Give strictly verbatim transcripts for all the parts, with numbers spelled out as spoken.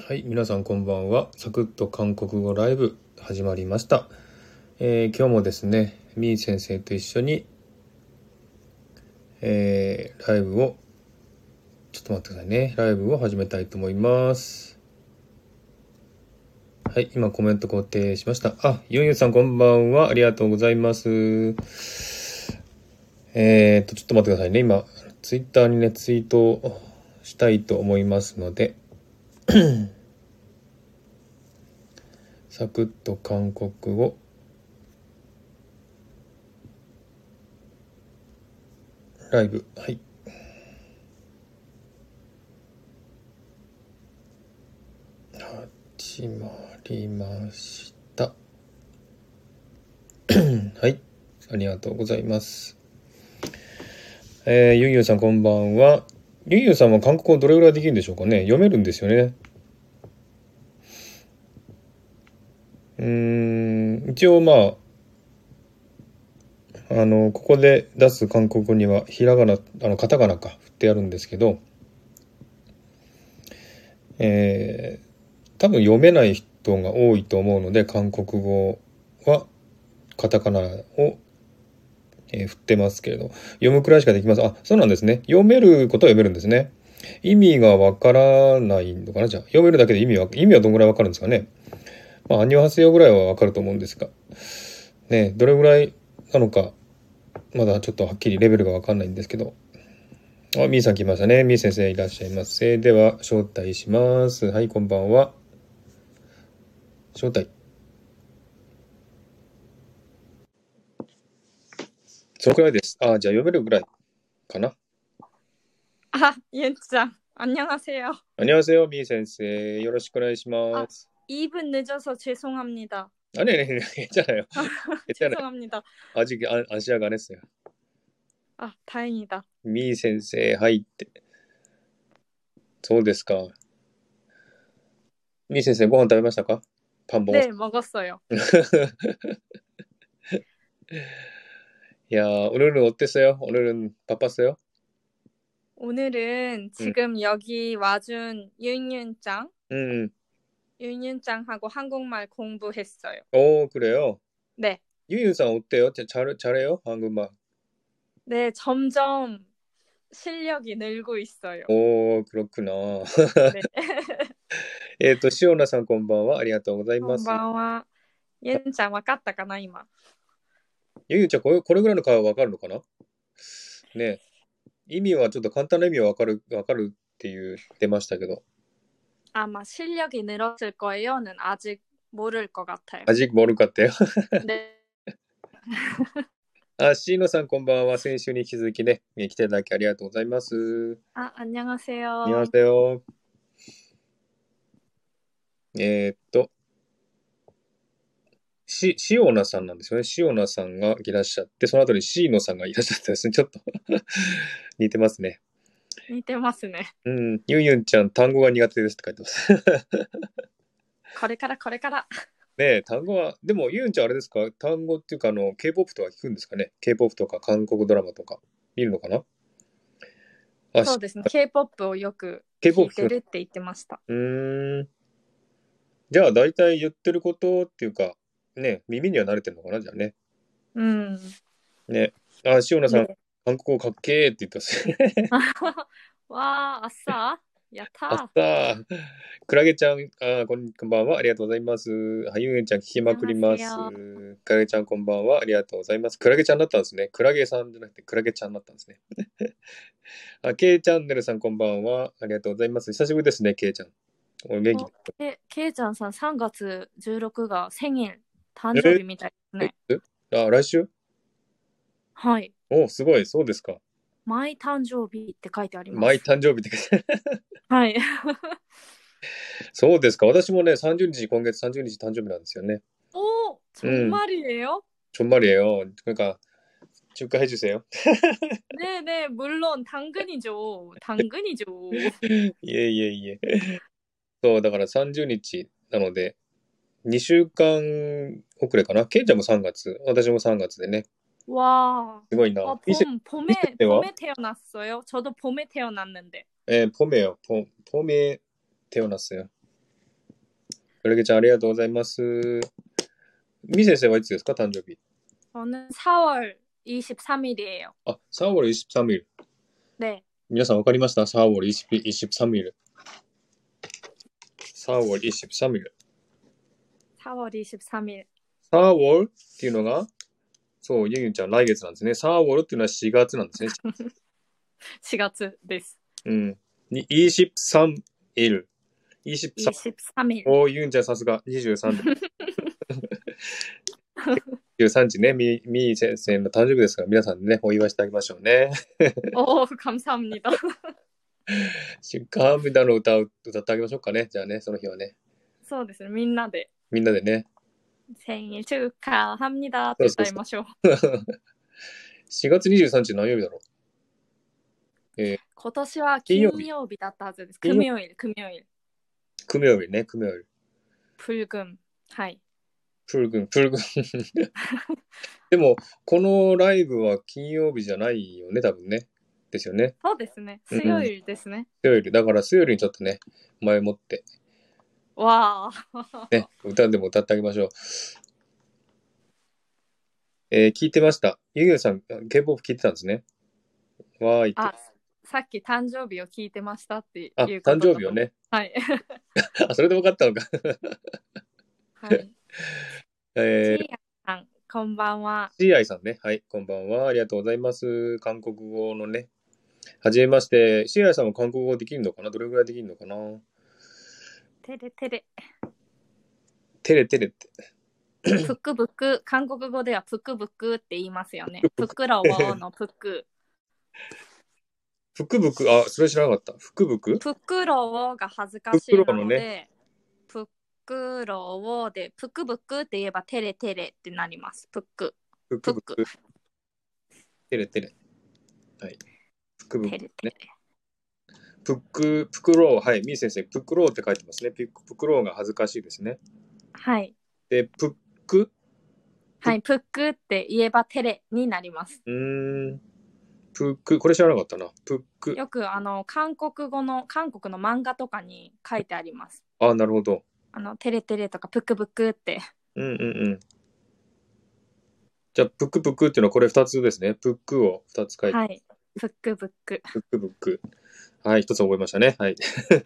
はい、皆さんこんばんは。サクッと韓国語ライブ始まりました。えー今日もですね、みー先生と一緒に、えーライブを、ちょっと待ってくださいね。ライブを始めたいと思います。はい、今コメント固定しました。あ、ユンユさんこんばんは。ありがとうございます。えーっと、ちょっと待ってくださいね。今、ツイッターにね、ツイートをしたいと思いますので、サクッと韓国語ライブ、はい。始まりました。はい。ありがとうございます。えー、ゆうゆうさんこんばんは。ゆうゆうさんは韓国語どれぐらいできるんでしょうかね。読めるんですよね。うーん、一応まあ、あの、ここで出す韓国語には、ひらがな、あの、カタカナか、振ってあるんですけど、えー、多分読めない人が多いと思うので、韓国語はカタカナを、えー振ってますけれど、読むくらいしかできます。あ、そうなんですね。読めることは読めるんですね。意味がわからないのかな。じゃあ、読めるだけで意味は、意味はどんぐらいわかるんですかね。まあ、アニョハセヨぐらいはわかると思うんですが、ね、どれぐらいなのか、まだちょっとはっきりレベルがわかんないんですけど。あ、みーさん来ましたね。みー先生いらっしゃいませ。では、招待します。はい、こんばんは。招待。そのくらいです。あ、じゃあ読めるぐらいかな。 あ、ゆんちゃん、안녕하세요。 アニョハセヨ、みー先生。よろしくお願いします。 이 분 늦어서 죄송합니다。 아니, 아니, 아니, 괜찮아요. 괜찮아요. 죄송합니다。 아직 안, 안 시작 안 했어요. 아, 다행이다。 미先生、はいって。そうですか。みー先生、ご飯食べましたか？パン먹었 네, 먹었어요。 야, 오늘은 어땠어요? 오늘은 바빴어요? 오늘은 응, 지금 여기 와준 윤윤짱, 응, 윤윤짱하고 한국말 공부했어요. 오, 그래요? 네, 유윤상 어때요? 자- 잘, 잘해요? 한국말. 네, 점점 실력이 늘고 있어요. 오, 그렇구나. 네, えっと、しおなさんこんばんは。ありがとうございます。 건방와 윤짱 わかったかな今。 ゆゆちゃん、これ、これぐらいの会話わかるのかなね。意味はちょっと簡単な意味はわかる、わかるっていう出ましたけど。 아마 실력이 늘었을 거예요는 아직 모를 것 같아요. 아직 모를 것 같아요. 네, あ、しーのさんこんばんは。先週に引き続きね、来ていただきありがとうございます。 아, 안녕하세요. 안녕하세요. えーっと、し、しおなさんなんですよね。しおなさんがいらっしゃって、その後にしーのさんがいらっしゃってですね。ちょっと似てますね。 似てますね。 うん、ゆんゆんちゃん、単語が苦手ですって書いてます。 これからこれから。 ねえ、単語は、でも、ゆんちゃんあれですか？単語っていうか、あの、K-ポップ とか聞くんですかね？ K-ポップ とか韓国ドラマとか見るのかな？あ、 そうですね。K-ポップ をよく聞 K-ポップいてるって言ってました。 うーん。じゃあ、大体言ってることっていうか、ね、耳には慣れてるのかな？じゃあね。 うん。 ね。あ、しおなさん、 ね、 韓国語かっけーって言ってます。 わー、朝やったあったー。クラゲちゃん、あこん、こんばんは。ありがとうございます。はゆんちゃん聞きまくります。クラゲちゃんこんばんは。ありがとうございます。クラゲちゃんだったんですね。クラゲさんじゃなくてクラゲちゃんだったんですね。あ、ケイチャンネルさんこんばんは。ありがとうございます。久しぶりですね、ケイちゃん。お元気え、ケイちゃんさんさんがつじゅうろくが생일誕生日みたいですね。 あ、来週？ はい。 お、すごい、そうですか。 マイ誕生日って書いてあります。 マイ誕生日って書いてある。 はい。 そうですか。私もね、さんじゅうにち、今月さんじゅうにち誕生日なんですよね。 おー、정말이에요？ 정말이에요. 그러니까 축하해주세요. 네, 네, 물론 당근이죠. 당근이죠. 예, 예, 예. そう、だからさんじゅうにちなので、にしゅうかん遅れかな。ケイちゃんもさんがつ、私もさんがつでね。 와, すごいな。 어, 미세- 봄, 봄에, 미세대와? 봄에 태어났어요. 저도 봄에 태어났는데. 예, 봄에요. 봄, 봄에 태어났어요. クラゲちゃんありがとうございます。み先生はいつですか誕生日。 저는 사월 이십삼일이에요. あ、사월 이십삼일。 네. 皆さんわかりました？ 사월 이십삼일。 사월 이십삼일。 사월 이십삼일. 사월 っていうのが、そう、ゆゆんちゃん来月なんですね。사월っていうのはしがつなんですね。 시月です。 うん。に이십삼일。이십삼。 이십삼일。 おー、ゆんちゃんさすがにじゅうさんで。にじゅうさんにちね、み、み先生の誕生日ですから、皆さんでね、お祝いしてあげましょうね。 おー、감사합니다。 出荷ハミダの歌を歌ってあげましょうかね。じゃあね、その日はね。 そうですね、みんなで。 みんなでね。 생일축하합니다って歌いましょう。 しがつにじゅうさんにち何曜日だろう。えー、 今年は金曜日だったはずです。금요일、금요일。 금요일ね、금요일。 붉은。はい。 붉은、붉은。でも、このライブは金曜日じゃないよね、多分ね。ですよね。 そうですね。水曜日ですね。 水曜日。だから水曜日にちょっとね、前もって。 わー。ね、歌でも歌ってあげましょう。えー、聞いてました。ゆゆさん、K-ポップ 聞いてたんですね。わーいって。 あ、さっき誕生日を聞いてましたっていうあ、誕生日をね。 はい。 あ、それで分かったのか。 はい。 えー、 シーアイさん、こんばんは。 シーアイさんね。はい、こんばんは。ありがとうございます。韓国語のね。はじめまして。シーアイさんも韓国語できるのかな？どれぐらいできるのかな？ テレテレ。 テレテレって。 プクブク、韓国語ではプクブクって言いますよね。プクロウのプク。 プクブク、あ、それ知らなかった。プクブク？ プクロウが恥ずかしいなので、プクロウで、プクブクって言えばテレテレってなります。プク。 プクブク。テレテレ。はい。プクブク、ね。テレテレ。プク、プクロウ、はい。ミー先生、プクロウって書いてますね。プクロウが恥ずかしいですね。 はい。 で、プック？ はい、プックって言えばテレになります。 うーん。プック、これ知らなかったな。プック。 よくあの韓国語の韓国の漫画とかに書いてあります。 あ、なるほど。 あのテレテレとかプックプックって。 うんうんうん。じゃあプックプックっていうのはこれふたつですね。プックをふたつ書いて。 はい。プックプック。 プックプック。はい、ひとつ覚えましたね。はい。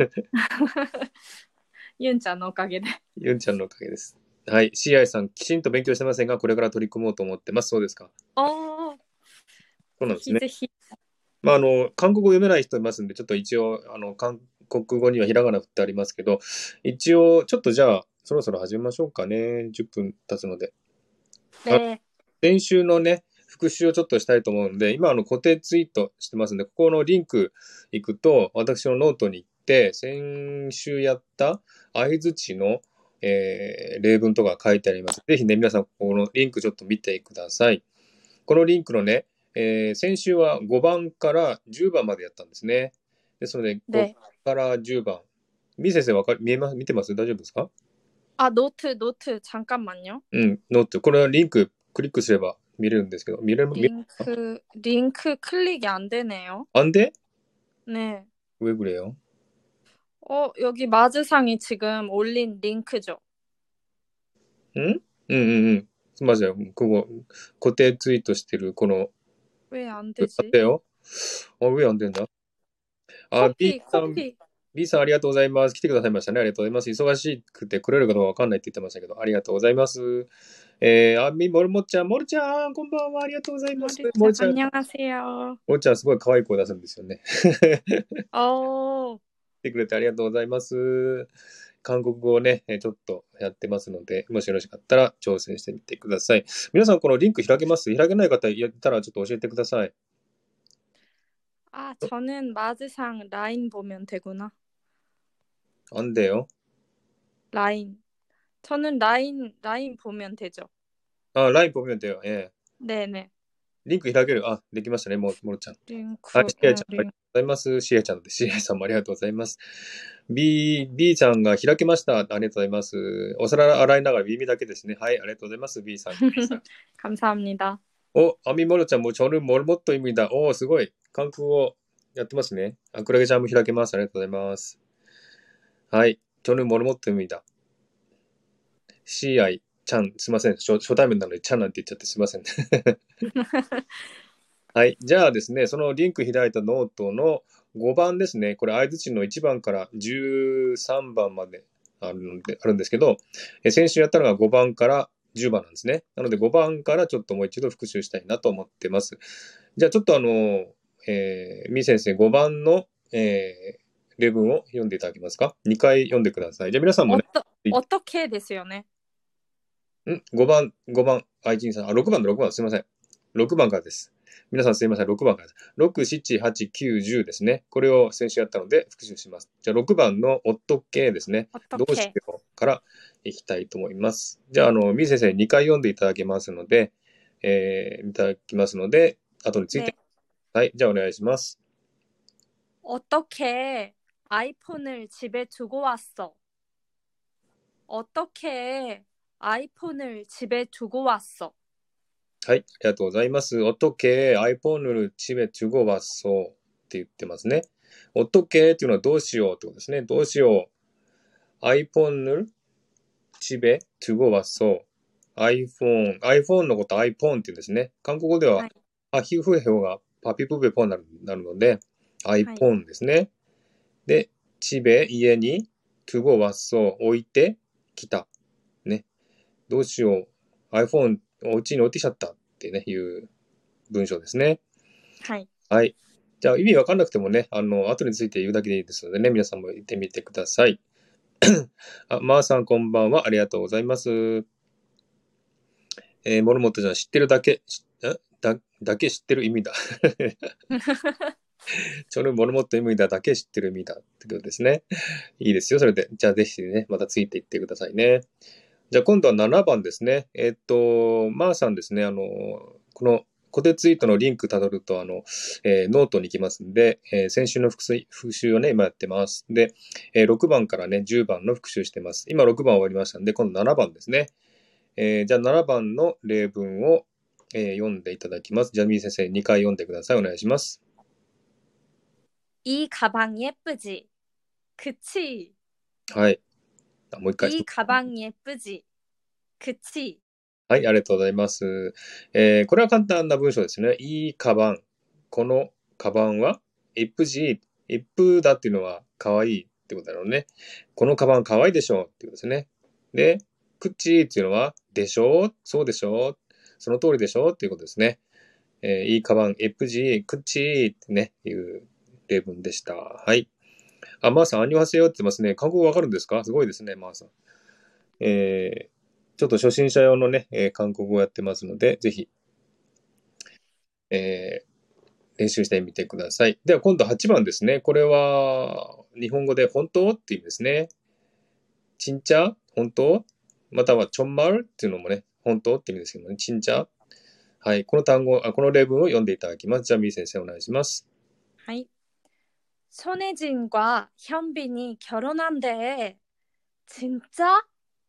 ユンちゃんのおかげで。 ユンちゃんのおかげです。はい。シーアイ さん、きちんと勉強してませんが、これから取り組もうと思ってます。そうですか。 おー。 そうなんですね。 ぜひぜひ。 まあ、あの、韓国語読めない人いますんで、ちょっと一応、あの、韓国語にはひらがな振ってありますけど、一応、ちょっとじゃあ、そろそろ始めましょうかね。じゅっぷん経つので。 で、 先週のね、復習をちょっとしたいと思うので、今、あの、固定ツイートしてますんで、ここのリンク行くと、私のノートに行って、先週やった相づちの、えー、例文とか書いてあります。ぜひね、皆さん、ここのリンクちょっと見てください。このリンクのね、えー、先週はごばんからじゅうばんまでやったんですね。ですので、ごばんからじゅうばん。みー先生わか見えます見てます大丈夫ですか？ あ、ノート、ノート、잠깐만요。 うん、ノート。これはリンククリックすれば見れるんですけど、見れるリンク、リンク클릭이 안 되네요。 안 돼? 네. 왜 그래요? 어, 여기 마즈상이 지금 올린 링크죠. 응? 응, 응, 응. 맞아요. 그거, 그때 트위터 してる, この, 왜 안 되지? 어때요? 어, 왜 안 된다? 아, 코피, 코피. B さんありがとうございます。来てくださいましたね。ありがとうございます。忙しくて来れるかどうかわかんないって言ってましたけど、ありがとうございます。えー、あみ、もるもっちゃん、もるちゃん、こんばんは。ありがとうございます。もるちゃん。 안녕하세요。 もるちゃん、すごい可愛い声出すんですよね。 おー。 来てくれてありがとうございます。韓国語をね、ちょっとやってますので、もしよろしかったら挑戦してみてください。皆さん、このリンク開けます？開けない方いたらちょっと教えてください。 아, 저는 마즈상 라인 보면 되구나. 안 돼요. 라인. 저는 라인, 라인 보면 되죠. 아, 라인 보면 돼요. 예. 네네. リンク開ける。あ、できましたね、ももろちゃん。 リンク、 はい、シエちゃん、ありがとうございます。シエちゃんで、シエさんもありがとうございます。B、B ちゃんが開けました。ありがとうございます。お皿洗いながら耳だけですね。はい、ありがとうございます。B さん。 감사합니다。 お、あみもろちゃんも、ちょるもるもっと意味だ。おー、すごい。韓国語やってますね。あ、クラゲちゃんも開けます。ありがとうございます。はい。ちょるもるもっと意味だ。 シーアイ ちゃん、すいません。初、初対面なのにちゃんなんて言っちゃってすいません。はい。じゃあですね、そのリンク開いたノートのごばんですね。これ、相槌のいちばんからじゅうさんばんまであるので、あるんですけど、え先週やったのがごばんからじゅうばんなんですね。なのでごばんからちょっともう一度復習したいなと思ってます。じゃあちょっとあの、えー、みー先生ごばんの、えー、例文を読んでいただけますか？ に 回読んでください。じゃあ皆さんもね、 音 K ですよね。 ん ?ご 番、ごばん、あ、いち、に、さん、あ、ろくばんだ、ろくばん、すいません。ろくばんからです。皆さんすいません、ろくばんからです。ろく、しち、はち、きゅう、じゅうですね。これを先週やったので復習します。じゃあろくばんの夫系ですね。どうしようからいきたいと思います。じゃあ、あの、みー先生にかい読んでいただけますので、えー、いただきますので、後について、ね、はい、じゃあお願いします。 어떻게 아이폰을 집에 두고 왔어? 어떻게 아이폰을 집에 두고 왔어? はい、ありがとうございます。어떻게 아이폰을 집에 두고 왔어? って言ってますね。어떻게っていうのはどうしようってことですね。どうしよう。아이폰을 집에 두고 왔어. iPhone、iPhone のこと iPhone って言うんですね。韓国語では、はい、あ、皮膚表がパピプペポになる、なるので、iPhone ですね。はい、で、집에家に 두고 왔어 置いてきた。ね。どうしよう。iPhone お家に置いてきちゃったってね、いう文章ですね。 はい。 はい。じゃあ意味わかんなくてもね、あの、後について言うだけでいいですのでね、皆さんも言ってみてください。あ、まーさんこんばんは。ありがとうございます。えー、モルモットじゃん、知ってるだけ、だ、だけ知ってる意味だ。それモルモット意味だだけ知ってる意味だってことですね。いいですよ、それで。じゃあぜひね、またついていってくださいね。じゃあ今度はななばんですね。えー、っと、まーさんですね、あの、この固定ツイートのリンクたどると、あの、えー、ノートに行きますんで、えー、先週の復習をね、今やってます。で、えー、ろくばんからね、じゅうばんの復習してます。今ろくばん終わりましたんで、今度ななばんですね。えー、じゃあななばんの例文を、えー、読んでいただきます。じゃあみー先生にかい読んでください。お願いします。 이 가방 예쁘지? 그치? はい。もう一回。 이 가방 예쁘지? 그치? はい、ありがとうございます。えー、これは簡単な文章ですね。いいカバン。このカバンは、イップジー、イップだっていうのは可愛いってことだろうね。このカバン可愛いでしょうっていうことですね。で、クッチーっていうのは、でしょうそうでしょうその通りでしょうっていうことですね。えー、いいカバン、イップジー、クッチーってね、いう例文でした。はい。あ、マーさん、アニョハセヨって言ってますね。韓国語わかるんですか？すごいですね、マーさん。えー、ちょっと初心者用のね、えー、韓国語をやってますので、ぜひ、えー、練習してみてください。では今度はちばんですね。これは、日本語で本当っていう意味ですね。ちんちゃ本当またはちょんまるっていうのもね、本当って意味ですけどね。ちんちゃはい。この単語、あこの例文を読んでいただきます。じゃあ、みー先生お願いします。 はい。손혜진과 현빈이 결혼한대. 진짜?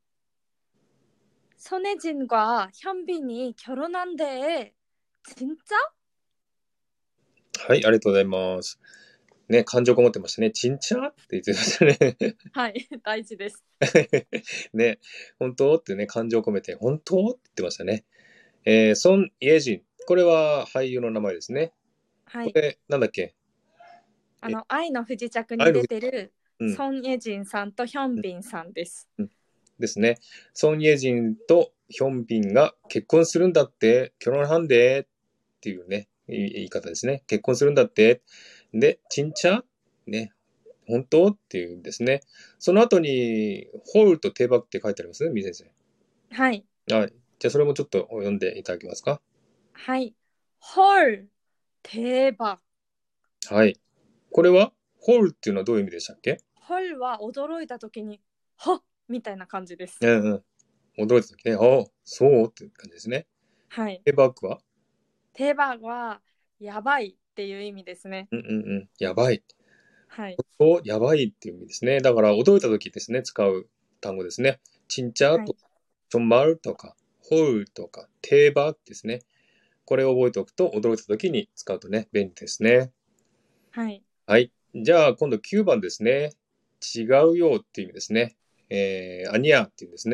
손혜진과 현빈이 결혼한대. 진짜? はい、ありがとうございます。ね、感情こもってましたね。ちんちゃって言ってましたね。 はい、大事です。 ね、本当ってね、感情を込めて、本当って言ってましたね。えー、ソン・イェジン。これは俳優の名前ですね。はい。これ、なんだっけあの、愛の不時着に出てる、ソン・イェジンさんとヒョンビンさんです。 うんうん、ですね。ソン・イェジンとヒョンビンが結婚するんだって、キョロンハンデーっていうね、言い方ですね。結婚するんだって。で、チンチャね。本当っていうんですね。その後に、ホールとテーバックって書いてありますね、みー先生。はい。 はい。じゃあ、それもちょっと読んでいただけますか。 はい。ホール、テーバック。 はい。これは、ホールっていうのはどういう意味でしたっけ？ ホールは驚いたときに、はっみたいな感じです。 うんうん。驚いたときね、ああ、そうっていう感じですね。 はい。 テーバックは？ テーバックは、やばいっていう意味ですね。 うんうんうん。やばい。 はい。 と、やばいっていう意味ですね。だから、驚いたときですね、使う単語ですね。ちんちゃとか、ちょんまるとか、ホールとか、テーバックですね。これを覚えておくと、驚いたときに使うとね、便利ですね。 はい。 はい。じゃあ、今度きゅうばんですね。違うよっていう意味ですね。えー、アニアっていうんですね。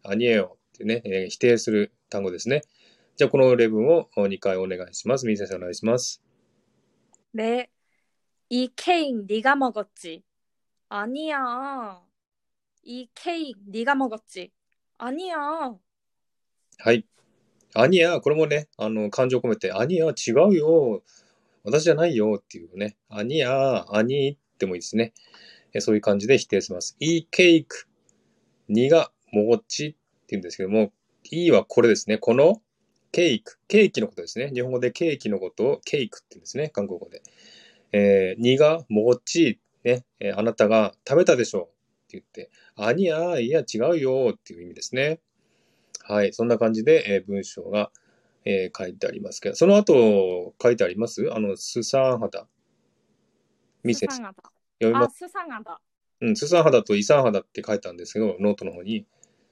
아니에요っていうね、えー否定する単語ですね。じゃあこの例文をにかいお願いします。みー先生お願いします。 네. 이 케이크 네가 먹었지? 아니야. 이 케이크 네가 먹었지? 아니야. はい。アニヤ、これもね、あの、感情込めて、アニヤ、違うよ。私じゃないよっていうね。アニヤ、アニってもいいですね。えそういう感じで否定します。いいケーク。にがもちって言うんですけども、いいはこれですね。このケーク。ケーキのことですね。日本語でケーキのことをケークって言うんですね。韓国語で。えー、にがもち、ね、えーあなたが食べたでしょうって言って、アニヤ、いや違うよっていう意味ですね。はい。そんな感じで、えー文章が、えー書いてありますけど、その後書いてありますあの、スサンハダ。ミセス。 수상하다. 読みま 아, す。 수상하다. うん、スサンハダとイサンハダって書いたんですけど、ノートの方に。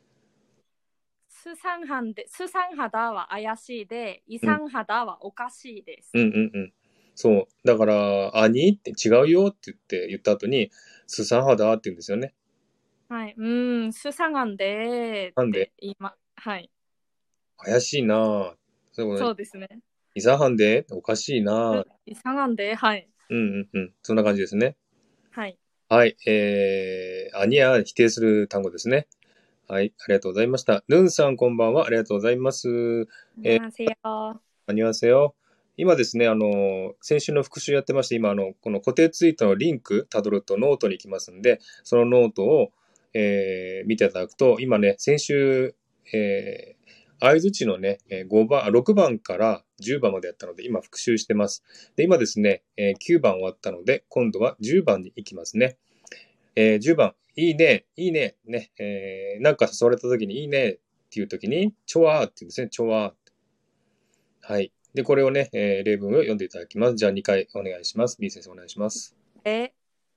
수상한데 수상하다와 怪しいで 이상하다와 おかしいです。 うんうんうん。そう。だから、アニって違うよって言って、言った後に、スサンハダって言うんですよね。 はい。うん、수상한데 なんで、 って今、はい。 怪しいなぁ。そういうことね。 そうですね。 イサハンでおかしいなぁ。 이상한데 はい。 うんうんうん。そんな感じですね。 はい。 はい。えー、アニは否定する単語ですね。はい。ありがとうございました。ヌンさんこんばんは。ありがとうございます。えー、 안녕하세요. アニュアセヨ。今ですね、あの、先週の復習やってまして、今、あの、この固定ツイートのリンクたどるとノートに行きますんで、そのノートを、えー見ていただくと、今ね、先週、えー相づちのね、えーごばん、ろくばんからじゅうばんまでやったので、今復習してます。で、今ですね、えーきゅうばん終わったので、今度はじゅうばんに行きますね。えーじゅうばん、いいね、いいね、ね、えーなんか誘われた時にいいねっていう時に、チョワーって言うんですね、チョワー。はい。で、これをね、えー例文を読んでいただきます。じゃあにかいお願いします。B 先生お願いします。 네.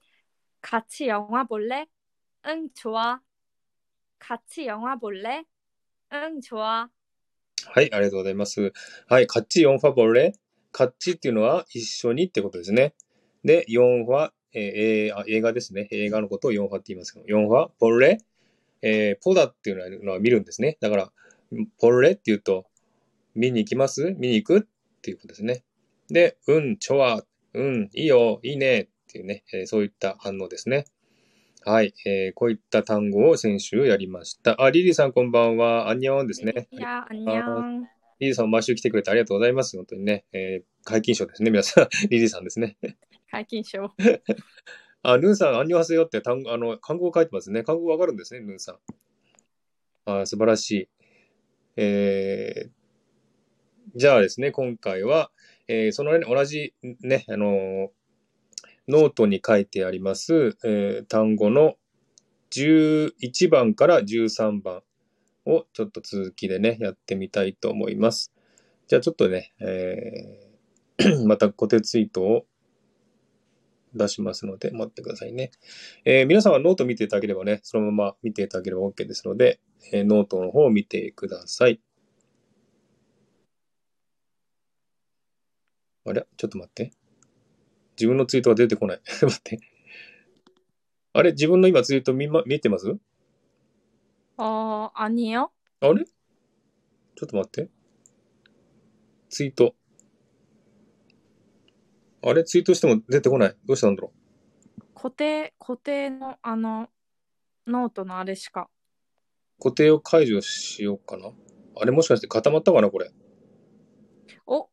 같이 영화 볼래? 응, 좋아. 같이 영화 볼래? 응, 좋아. はい、ありがとうございます。はい、カッチヨンファボレ。カッチっていうのは一緒にってことですね。で、ヨンファ、えーえーあ映画ですね。映画のことをヨンファって言いますけど、ヨンファ、ボレ、えーポダっていうのは見るんですね。だから、ポレって言うと、見に行きます見に行くっていうことですね。で、うん、チョア、うん、いいよ、いいねっていうね、えーそういった反応ですね。はい、えーこういった単語を先週やりました。あ、リリーさんこんばんは。アンニョンですね。 야, あ 안녕. リリーさんも毎週来てくれてありがとうございます。本当にね。えー、解禁賞ですね、皆さん。リリーさんですね。 解禁賞. あ、ヌーさん、アンニョンハセヨって単語、あの、漢語を書いてますね。漢語わかるんですね、ヌーさん。あ、素晴らしい。えー、じゃあですね、今回は、えー、その、ね、同じね、あのーノートに書いてあります、えー単語のじゅういちばんからじゅうさんばんをちょっと続きでね、やってみたいと思います。じゃあちょっとね、えーまた固定ツイートを出しますので、待ってくださいね。えー皆さんはノート見ていただければね、そのまま見ていただければ OK ですので、えーノートの方を見てください。あれちょっと待って。自分のツイートが出てこない。待って。あれ自分の今ツイート見,、ま、見てます 어, 아니요. あれちょっと待って。ツイート。あれツイートしても出てこない。どうしたんだろ固定、固定のあの、ノートのあれしか。 う。固定を解除しようかな。あれもしかして固まったかなこれ。 お、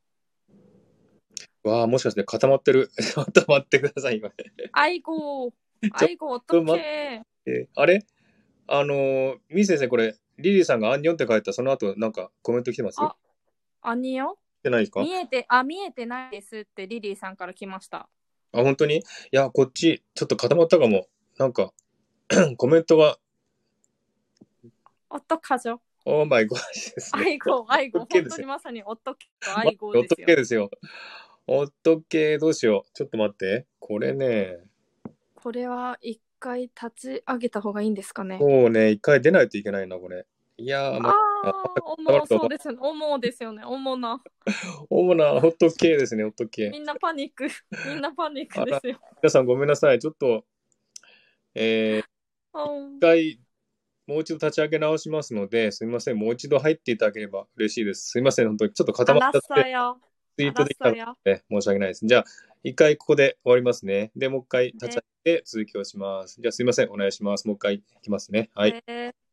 わあ、もしかして固まってる。ちょっと待ってください、今。 아이고, ちょ 아이고, っと待っ 어떡해. て。あれあのー、みー先生これ、リリーさんがアンニョンって書いたその後なんかコメント来てます？ あ、아니요. 来てないですか？ 見えて、あ、見えてないですってリリーさんから来ました。 あ、本当に？いや、こっち、ちょっと固まったかも。なんか、コメントが、 어떡하죠? オーマイゴッシュですね。 아이고, 아이고, オッケーですよ。 本当にまさに어떡해とま、 아이고 オッですよ。 ケーですよ。オッケー、どうしよう。ちょっと待って。これね、 これは一回立ち上げた方がいいんですかね。 もうね、一回出ないといけないな、これ。いやー、ま、 ああ、 ー、重そうですよね。重ですよね。重な。 主なホット系ですね、ホット系。 みんなパニック。みんなパニックあら、 ですよ。 皆さんごめんなさい。ちょっと、えー、 うん一回もう一度立ち上げ直しますので、すみません。もう一度入っていただければ嬉しいです。すみません。本当にちょっと固まっちゃって、 알았어요. ツイートできたの 알았어요. で申し訳ないです。じゃあ、一回ここで終わりますね。で、もう一回立ち 네, 上げて続きをします。じゃあ、すみません。お願いします。もう一回いきますね。はい。 네.